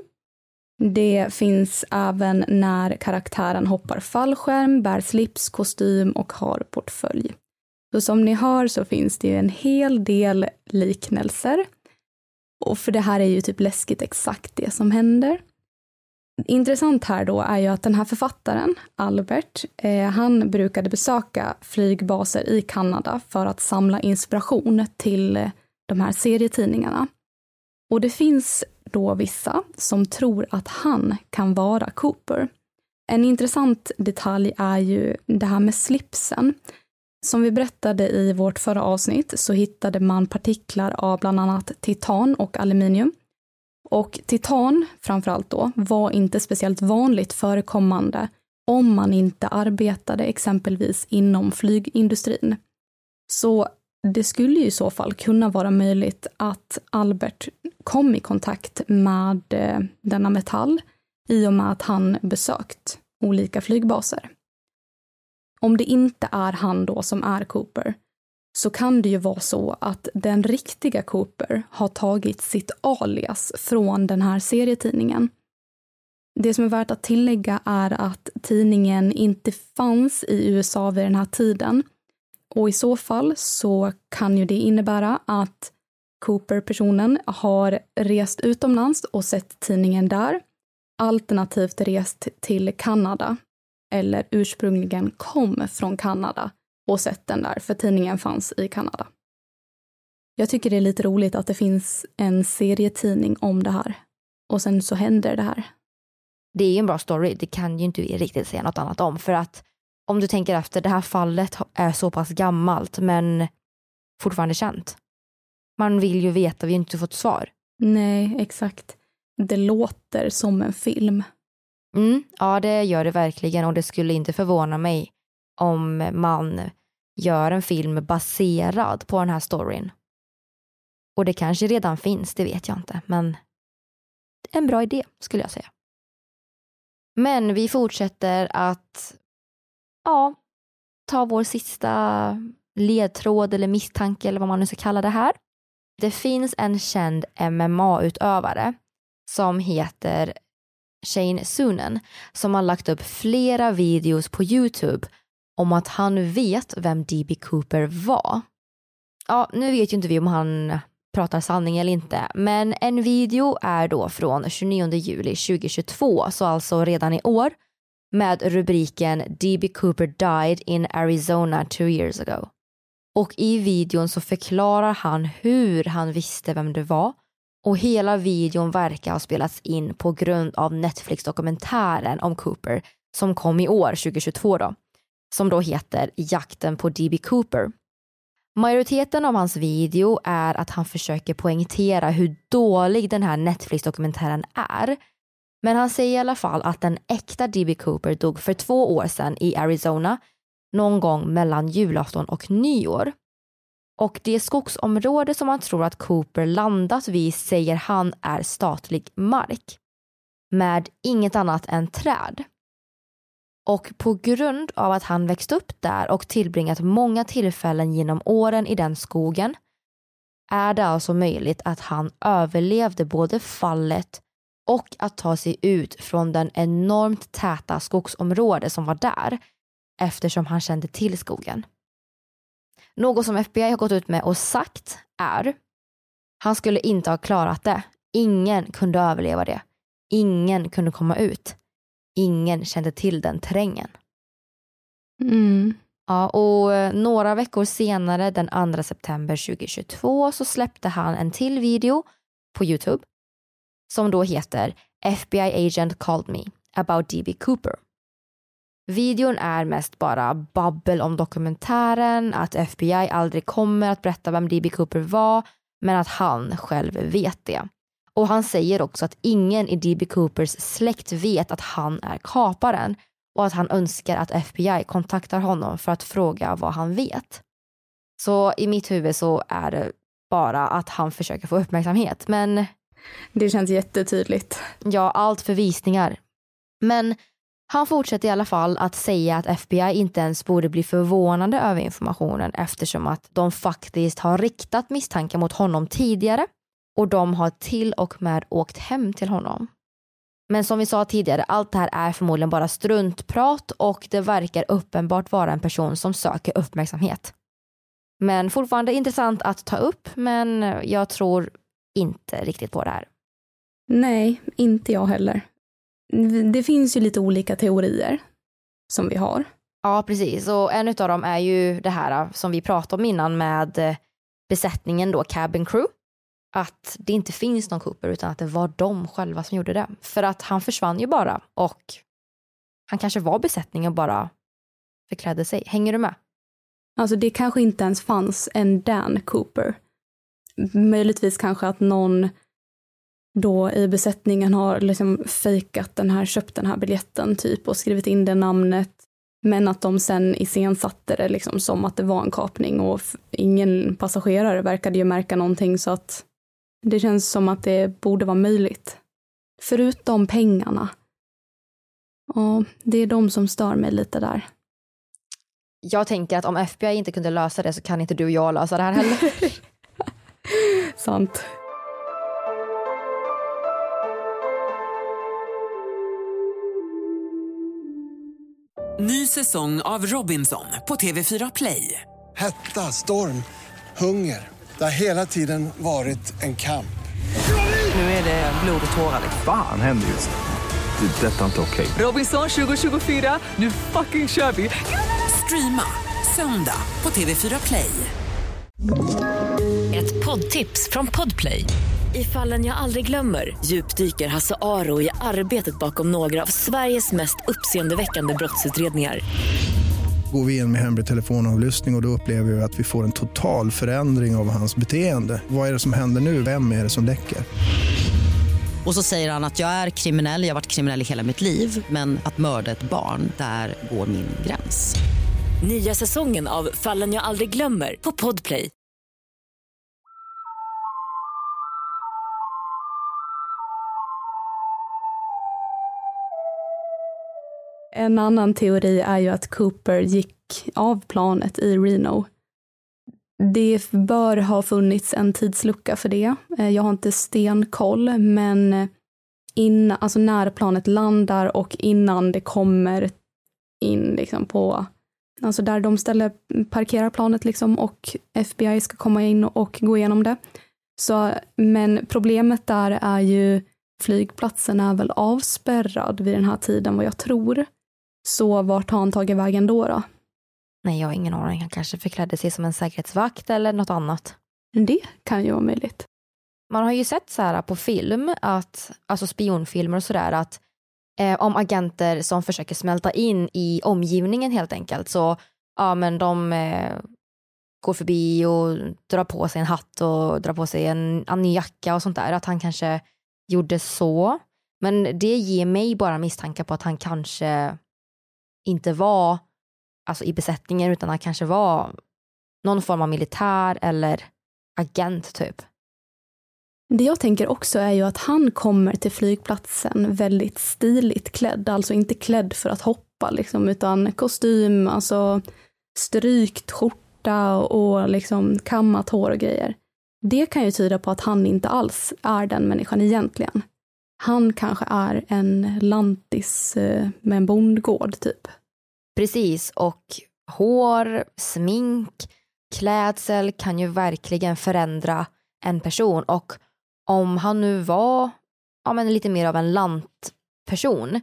Det finns även när karaktären hoppar fallskärm, bär slips, kostym och har portfölj. Så som ni hör så finns det ju en hel del liknelser. Och för det här är ju typ läskigt exakt det som händer. Intressant här då är ju att den här författaren, Albert, eh, han brukade besöka flygbaser i Kanada för att samla inspiration till eh, de här serietidningarna. Och det finns då vissa som tror att han kan vara Cooper. En intressant detalj är ju det här med slipsen. Som vi berättade i vårt förra avsnitt så hittade man partiklar av bland annat titan och aluminium. Och titan, framförallt då, var inte speciellt vanligt förekommande om man inte arbetade exempelvis inom flygindustrin. Så det skulle ju i så fall kunna vara möjligt att Albert kom i kontakt med denna metall i och med att han besökt olika flygbaser. Om det inte är han då som är Cooper så kan det ju vara så att den riktiga Cooper har tagit sitt alias från den här serietidningen. Det som är värt att tillägga är att tidningen inte fanns i U S A vid den här tiden. Och i så fall så kan ju det innebära att Cooper-personen har rest utomlands och sett tidningen där. Alternativt rest till Kanada. Eller ursprungligen kom från Kanada och sett den där, för tidningen fanns i Kanada. Jag tycker det är lite roligt att det finns en serietidning om det här. Och sen så händer det här. Det är ju en bra story, det kan ju inte riktigt säga något annat om. För att om du tänker efter, det här fallet är så pass gammalt men fortfarande känt. Man vill ju veta, vi har inte fått svar. Nej, exakt. Det låter som en film. Mm, ja, det gör det verkligen, och det skulle inte förvåna mig om man gör en film baserad på den här storyn. Och det kanske redan finns, det vet jag inte, men en bra idé skulle jag säga. Men vi fortsätter att ja, ta vår sista ledtråd eller misstanke eller vad man nu ska kalla det här. Det finns en känd M M A-utövare som heter Shane Sunen som har lagt upp flera videos på YouTube om att han vet vem D B Cooper var. Ja, nu vet ju inte vi om han pratar sanning eller inte, men en video är då från tjugonionde juli tjugohundratjugotvå, så alltså redan i år, med rubriken D B Cooper died in Arizona two years ago. Och i videon så förklarar han hur han visste vem det var. Och hela videon verkar ha spelats in på grund av Netflix-dokumentären om Cooper som kom i år, tjugohundratjugotvå då. Som då heter Jakten på D B Cooper. Majoriteten av hans video är att han försöker poängtera hur dålig den här Netflix-dokumentären är. Men han säger i alla fall att den äkta D B Cooper dog för två år sedan i Arizona. Någon gång mellan julafton och nyår. Och det skogsområde som man tror att Cooper landat vid säger han är statlig mark. Med inget annat än träd. Och på grund av att han växt upp där och tillbringat många tillfällen genom åren i den skogen är det alltså möjligt att han överlevde både fallet och att ta sig ut från den enormt täta skogsområde som var där eftersom han kände till skogen. Något som F B I har gått ut med och sagt är han skulle inte ha klarat det. Ingen kunde överleva det. Ingen kunde komma ut. Ingen kände till den terrängen. Mm. Ja, och några veckor senare, den andra september tjugohundratjugotvå, så släppte han en till video på YouTube som då heter F B I agent called me about D B Cooper. Videon är mest bara babbel om dokumentären, att F B I aldrig kommer att berätta vem D B Cooper var, men att han själv vet det. Och han säger också att ingen i D B Coopers släkt vet att han är kaparen och att han önskar att F B I kontaktar honom för att fråga vad han vet. Så i mitt huvud så är det bara att han försöker få uppmärksamhet. Men det känns jättetydligt. Ja, allt för visningar. Men han fortsätter i alla fall att säga att F B I inte ens borde bli förvånade över informationen eftersom att de faktiskt har riktat misstankar mot honom tidigare och de har till och med åkt hem till honom. Men som vi sa tidigare, allt det här är förmodligen bara struntprat och det verkar uppenbart vara en person som söker uppmärksamhet. Men fortfarande intressant att ta upp, men jag tror inte riktigt på det här. Nej, inte jag heller. Det finns ju lite olika teorier som vi har. Ja, precis. Och en av dem är ju det här som vi pratade om innan med besättningen då, cabin crew. Att det inte finns någon Cooper utan att det var de själva som gjorde det. För att han försvann ju bara och han kanske var besättningen och bara förklädde sig. Hänger du med? Alltså det kanske inte ens fanns en Dan Cooper. Möjligtvis kanske att någon då i besättningen har liksom fejkat den här, köpt den här biljetten typ och skrivit in det namnet. Men att de sen iscensatte det liksom som att det var en kapning och ingen passagerare verkade ju märka någonting, så att det känns som att det borde vara möjligt. Förutom pengarna. Och det är de som stör mig lite där. Jag tänker att om F B I inte kunde lösa det så kan inte du och jag lösa det här heller. Sant. Ny säsong av Robinson på T V fyra Play. Hetta, storm, hunger. Det har hela tiden varit en kamp. Nu är det blod och tårar. Fan händer just det. Det är detta inte okej. Robinson tjugo tjugofyra, nu fucking kör vi. Streama söndag på T V fyra Play. Ett poddtips från Podplay. I Fallen jag aldrig glömmer djupdyker Hasse Aro i arbetet bakom några av Sveriges mest uppseendeväckande brottsutredningar. Går vi in med hemlig telefonavlyssning och, och då upplever vi att vi får en total förändring av hans beteende. Vad är det som händer nu? Vem är det som läcker? Och så säger han att jag är kriminell, jag har varit kriminell i hela mitt liv, men att mörda ett barn, där går min gräns. Nya säsongen av Fallen jag aldrig glömmer på Podplay. En annan teori är ju att Cooper gick av planet i Reno. Det bör ha funnits en tidslucka för det. Jag har inte stenkoll, men in, alltså när planet landar och innan det kommer in liksom på, alltså där de ställer parkerar planet liksom och F B I ska komma in och gå igenom det. Så, men problemet där är ju flygplatsen är väl avspärrad vid den här tiden, vad jag tror. Så vart har han tagit vägen då då? Nej, jag har ingen aning. Han kanske förklädde sig som en säkerhetsvakt eller något annat. Det kan ju vara möjligt. Man har ju sett så här på film, att, alltså spionfilmer och sådär, att eh, om agenter som försöker smälta in i omgivningen helt enkelt, så ja, men de eh, går förbi och drar på sig en hatt och drar på sig en, en ny jacka och sånt där. Att han kanske gjorde så. Men det ger mig bara misstankar på att han kanske inte var alltså i besättningen, utan han kanske var någon form av militär eller agent typ. Det jag tänker också är ju att han kommer till flygplatsen väldigt stiligt klädd, alltså inte klädd för att hoppa liksom, utan kostym, alltså strykt skjorta och liksom kammat hår och grejer. Det kan ju tyda på att han inte alls är den människan egentligen. Han kanske är en lantis med en bondgård typ. Precis, och hår, smink, klädsel kan ju verkligen förändra en person. Och om han nu var ja, men lite mer av en lantperson,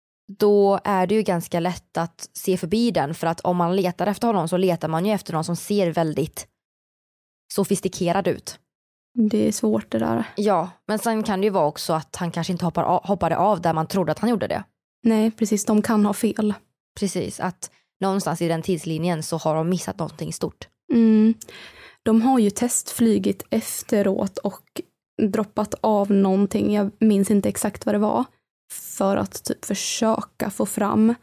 då är det ju ganska lätt att se förbi den. För att om man letar efter honom så letar man ju efter någon som ser väldigt sofistikerad ut. Det är svårt det där. Ja, men sen kan det ju vara också att han kanske inte hoppar av, hoppade av där man trodde att han gjorde det. Nej, precis. De kan ha fel. Precis, att någonstans i den tidslinjen så har de missat någonting stort. Mm. De har ju testflygit efteråt och droppat av någonting. Jag minns inte exakt vad det var. För att typ försöka få fram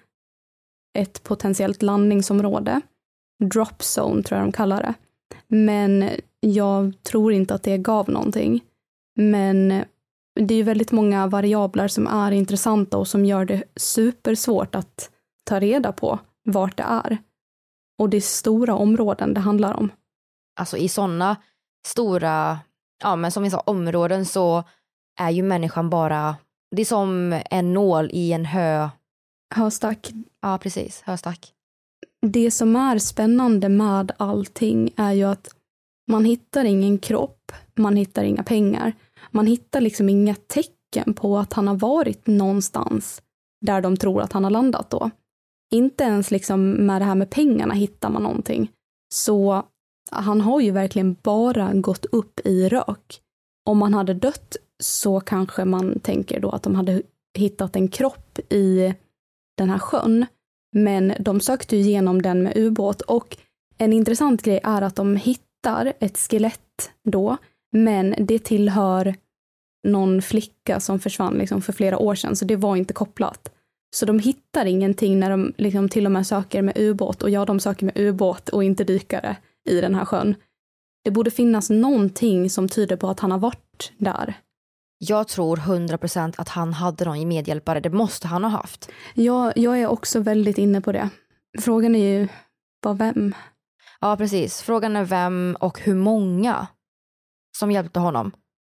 ett potentiellt landningsområde. Drop zone tror jag de kallar det. Men jag tror inte att det gav någonting. Men det är ju väldigt många variabler som är intressanta och som gör det supersvårt att ta reda på vart det är. Och det är stora områden det handlar om. Alltså i sådana stora, ja men som vi sa, områden så är ju människan bara, det är som en nål i en hö. Höstack. Ja, precis. Höstack. Det som är spännande med allting är ju att man hittar ingen kropp, man hittar inga pengar. Man hittar liksom inga tecken på att han har varit någonstans där de tror att han har landat då. Inte ens liksom med det här med pengarna hittar man någonting. Så han har ju verkligen bara gått upp i rök. Om han hade dött så kanske man tänker då att de hade hittat en kropp i den här sjön. Men de sökte ju igenom den med ubåt och en intressant grej är att de hittar ett skelett då, men det tillhör någon flicka som försvann liksom för flera år sedan, så det var inte kopplat. Så de hittar ingenting när de liksom till och med söker med ubåt, och ja, de söker med ubåt och inte dykare i den här sjön. Det borde finnas någonting som tyder på att han har varit där. Jag tror hundra procent att han hade någon medhjälpare. Det måste han ha haft. Ja, jag är också väldigt inne på det. Frågan är ju bara vem. Ja, precis. Frågan är vem och hur många som hjälpte honom.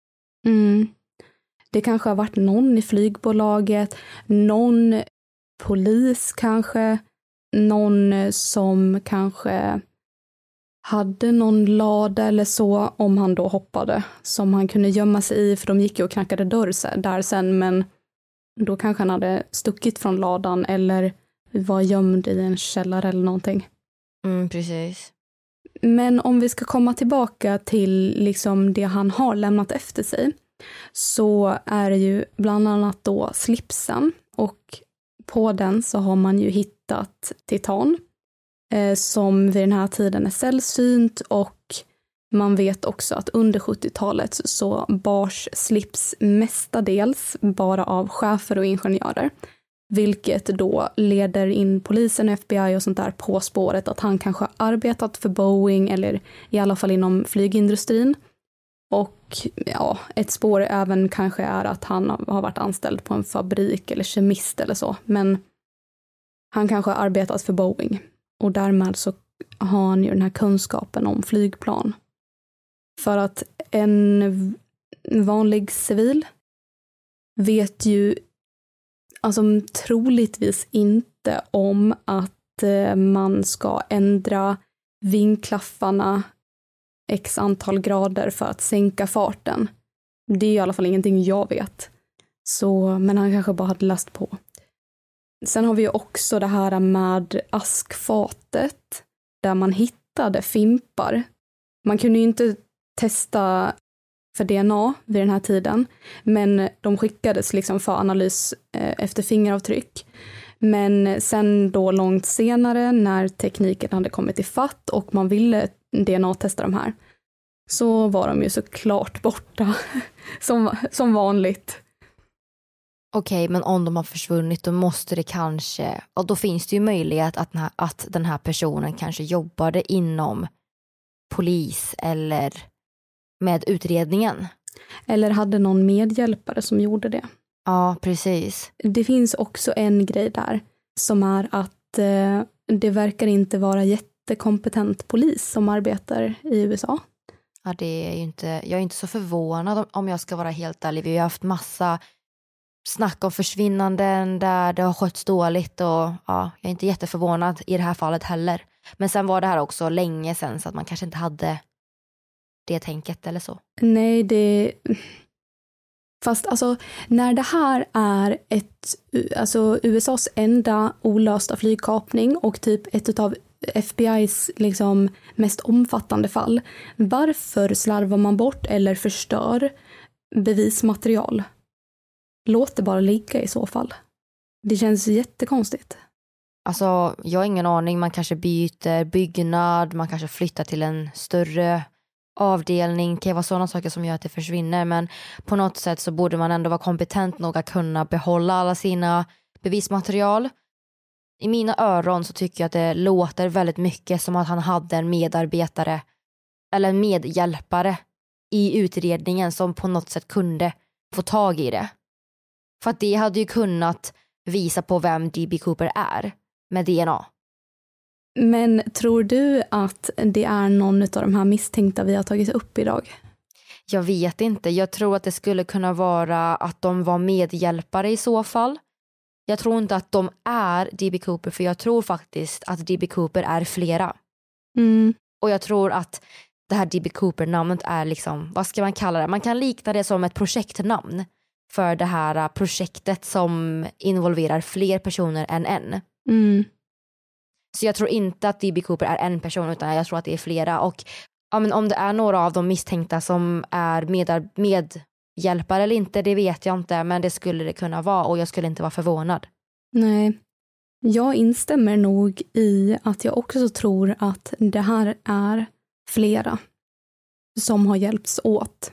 Mm. Det kanske har varit någon i flygbolaget, någon polis kanske, någon som kanske hade någon lada eller så, om han då hoppade, som han kunde gömma sig i, för de gick ju och knackade dörr där sen, men då kanske han hade stuckit från ladan eller var gömd i en källare eller någonting. Mm, precis. Men om vi ska komma tillbaka till liksom det han har lämnat efter sig, så är det ju bland annat då slipsen, och på den så har man ju hittat titan eh, som vid den här tiden är sällsynt, och man vet också att under sjuttiotalet så bars slips mestadels bara av chefer och ingenjörer, vilket då leder in polisen, F B I och sånt där på spåret att han kanske har arbetat för Boeing eller i alla fall inom flygindustrin. Och ja, ett spår även kanske är att han har varit anställd på en fabrik eller kemist eller så. Men han kanske har arbetat för Boeing. Och därmed så har han ju den här kunskapen om flygplan. För att en vanlig civil vet ju alltså troligtvis inte om att man ska ändra vingklaffarna x antal grader för att sänka farten. Det är i alla fall ingenting jag vet. Så, men han kanske bara hade läst på. Sen har vi ju också det här med askfatet där man hittade fimpar. Man kunde ju inte testa för D N A vid den här tiden, men de skickades liksom för analys efter fingeravtryck. Men sen då långt senare när tekniken hade kommit i fatt och man ville D N A-testa de här, så var de ju såklart borta som, som vanligt. Okej, men om de har försvunnit då måste det kanske, och då finns det ju möjlighet att den här, att den här personen kanske jobbade inom polis eller med utredningen. Eller hade någon medhjälpare som gjorde det. Ja, precis. Det finns också en grej där som är att eh, det verkar inte vara jättekompetent polis som arbetar i U S A. Ja, det är ju inte, jag är inte så förvånad om jag ska vara helt ärlig. Vi har ju haft massa snack om försvinnanden där det har skötts dåligt, och ja, jag är inte jätteförvånad i det här fallet heller. Men sen var det här också länge sedan så att man kanske inte hade det tänket eller så. Nej, det... Fast alltså, när det här är ett, alltså U S As enda olösta flygkapning och typ ett av F B I:s liksom mest omfattande fall, varför slarvar man bort eller förstör bevismaterial? Låt det bara ligga i så fall. Det känns jättekonstigt. Alltså, jag har ingen aning. Man kanske byter byggnad, man kanske flyttar till en större avdelning. Det kan vara sådana saker som gör att det försvinner, men på något sätt så borde man ändå vara kompetent nog att kunna behålla alla sina bevismaterial. I mina öron så tycker jag att det låter väldigt mycket som att han hade en medarbetare eller medhjälpare i utredningen som på något sätt kunde få tag i det. För att det hade ju kunnat visa på vem D B Cooper är med D N A. Men tror du att det är någon av de här misstänkta vi har tagit upp idag? Jag vet inte. Jag tror att det skulle kunna vara att de var medhjälpare i så fall. Jag tror inte att de är D B Cooper, för jag tror faktiskt att D B Cooper är flera. Mm. Och jag tror att det här D B Cooper-namnet är liksom, vad ska man kalla det? Man kan likna det som ett projektnamn för det här projektet som involverar fler personer än en. Mm. Så jag tror inte att D B Cooper är en person, utan jag tror att det är flera. Och ja, men om det är några av de misstänkta som är med, medhjälpare eller inte, det vet jag inte. Men det skulle det kunna vara, och jag skulle inte vara förvånad. Nej, jag instämmer nog i att jag också tror att det här är flera som har hjälpts åt.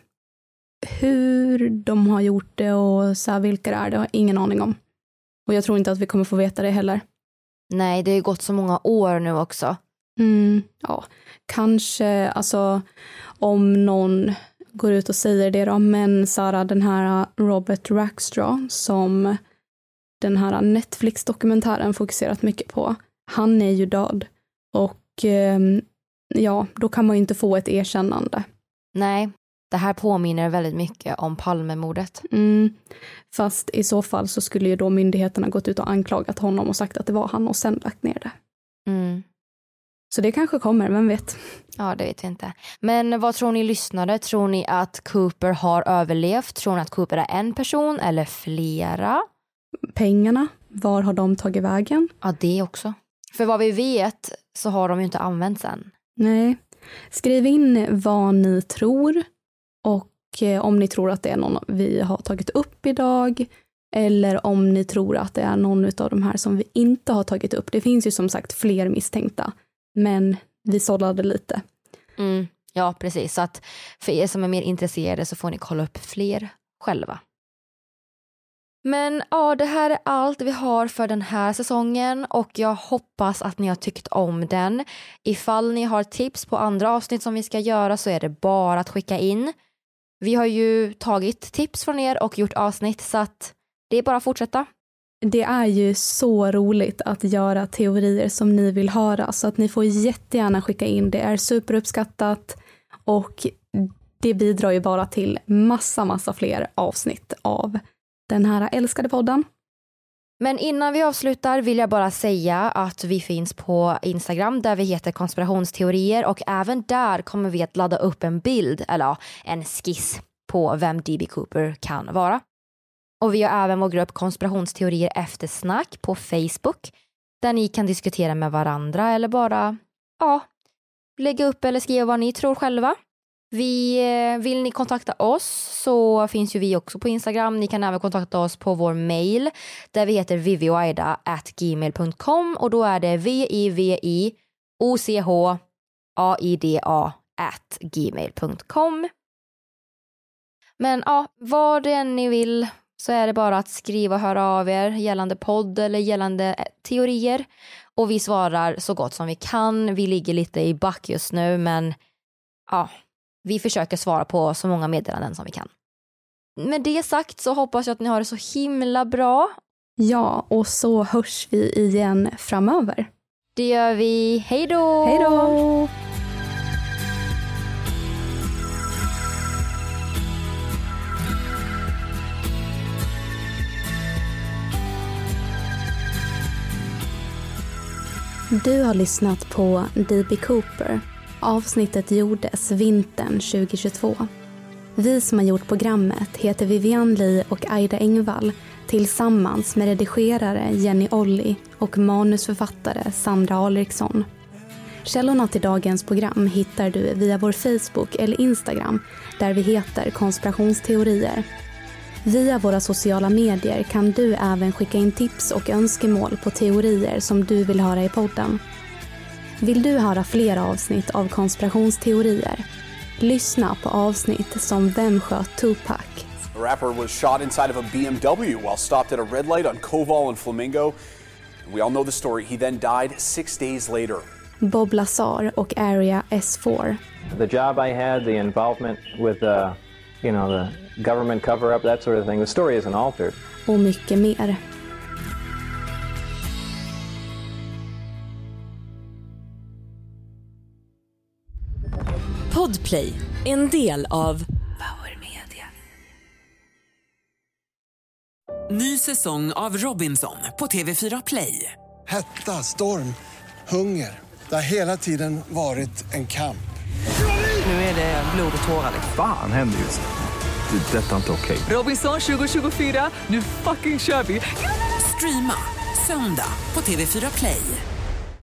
Hur de har gjort det och så här, vilka det är, det har jag ingen aning om. Och jag tror inte att vi kommer få veta det heller. Nej, det har ju gått så många år nu också. Mm, ja, kanske alltså om någon går ut och säger det då, men Sara, den här Robert Rackstraw som den här Netflix-dokumentären fokuserat mycket på, han är ju död. Och eh, ja, då kan man ju inte få ett erkännande. Nej, det här påminner väldigt mycket om Palmemordet. Mm, fast i så fall så skulle ju då myndigheterna gått ut och anklagat honom och sagt att det var han och sen lagt ner det. Mm. Så det kanske kommer, vem vet? Ja, det vet jag inte. Men vad tror ni lyssnare? Tror ni att Cooper har överlevt? Tror ni att Cooper är en person eller flera? Pengarna, var har de tagit vägen? Ja, det också. För vad vi vet så har de ju inte använts än. Nej. Skriv in vad ni tror och eh, om ni tror att det är någon vi har tagit upp idag, eller om ni tror att det är någon av de här som vi inte har tagit upp. Det finns ju som sagt fler misstänkta, men vi sållade lite. Mm, ja, precis. Så att för er som är mer intresserade så får ni kolla upp fler själva. Men ja, det här är allt vi har för den här säsongen, och jag hoppas att ni har tyckt om den. Ifall ni har tips på andra avsnitt som vi ska göra så är det bara att skicka in. Vi har ju tagit tips från er och gjort avsnitt, så att det är bara att fortsätta. Det är ju så roligt att göra teorier som ni vill höra, så att ni får jättegärna skicka in. Det är superuppskattat och det bidrar ju bara till massa, massa fler avsnitt av den här älskade podden. Men innan vi avslutar vill jag bara säga att vi finns på Instagram där vi heter konspirationsteorier, och även där kommer vi att ladda upp en bild, eller ja, en skiss på vem D B Cooper kan vara. Och vi har även vår grupp konspirationsteorier efter snack på Facebook, där ni kan diskutera med varandra eller bara ja, lägga upp eller skriva vad ni tror själva. Vi, vill ni kontakta oss så finns ju vi också på Instagram. Ni kan även kontakta oss på vår mail där vi heter vivioaida at gmail dot com, och då är det v i v i o c h a i d a at gmail dot com. Men ja, vad det än ni vill så är det bara att skriva och höra av er gällande podd eller gällande teorier, och vi svarar så gott som vi kan. Vi ligger lite i back just nu, men ja, vi försöker svara på så många meddelanden som vi kan. Med det sagt så hoppas jag att ni har det så himla bra. Ja, och så hörs vi igen framöver. Det gör vi. Hej då! Hej då! Du har lyssnat på D B Cooper. Avsnittet gjordes vintern tjugohundratjugotvå. Vi som har gjort programmet heter Vivian Lee och Aida Engvall, tillsammans med redigerare Jenny Olli och manusförfattare Sandra Alriksson. Källorna till dagens program hittar du via vår Facebook eller Instagram, där vi heter konspirationsteorier. Via våra sociala medier kan du även skicka in tips och önskemål på teorier som du vill höra i podden. Vill du höra fler avsnitt av konspirationsteorier? Lyssna på avsnitt som Vem sköt Tupac? The rapper was shot inside of a B M W while stopped at a red light on Koval and Flamingo. We all know the story. He then died six days later. Bob Lazar och Area S four. The job I had, the involvement with uh, you know, the government cover-up, that sort of thing. The story isn't altered. Och mycket mer. Podplay, en del av Power Media. Ny säsong av Robinson på T V fyra Play. Hetta, storm, hunger. Det har hela tiden varit en kamp. Nu är det blod och tårar. Fan händer just det. Det är detta inte okej. Robinson tjugo tjugofyra, nu fucking kör vi. Streama söndag på T V fyra Play.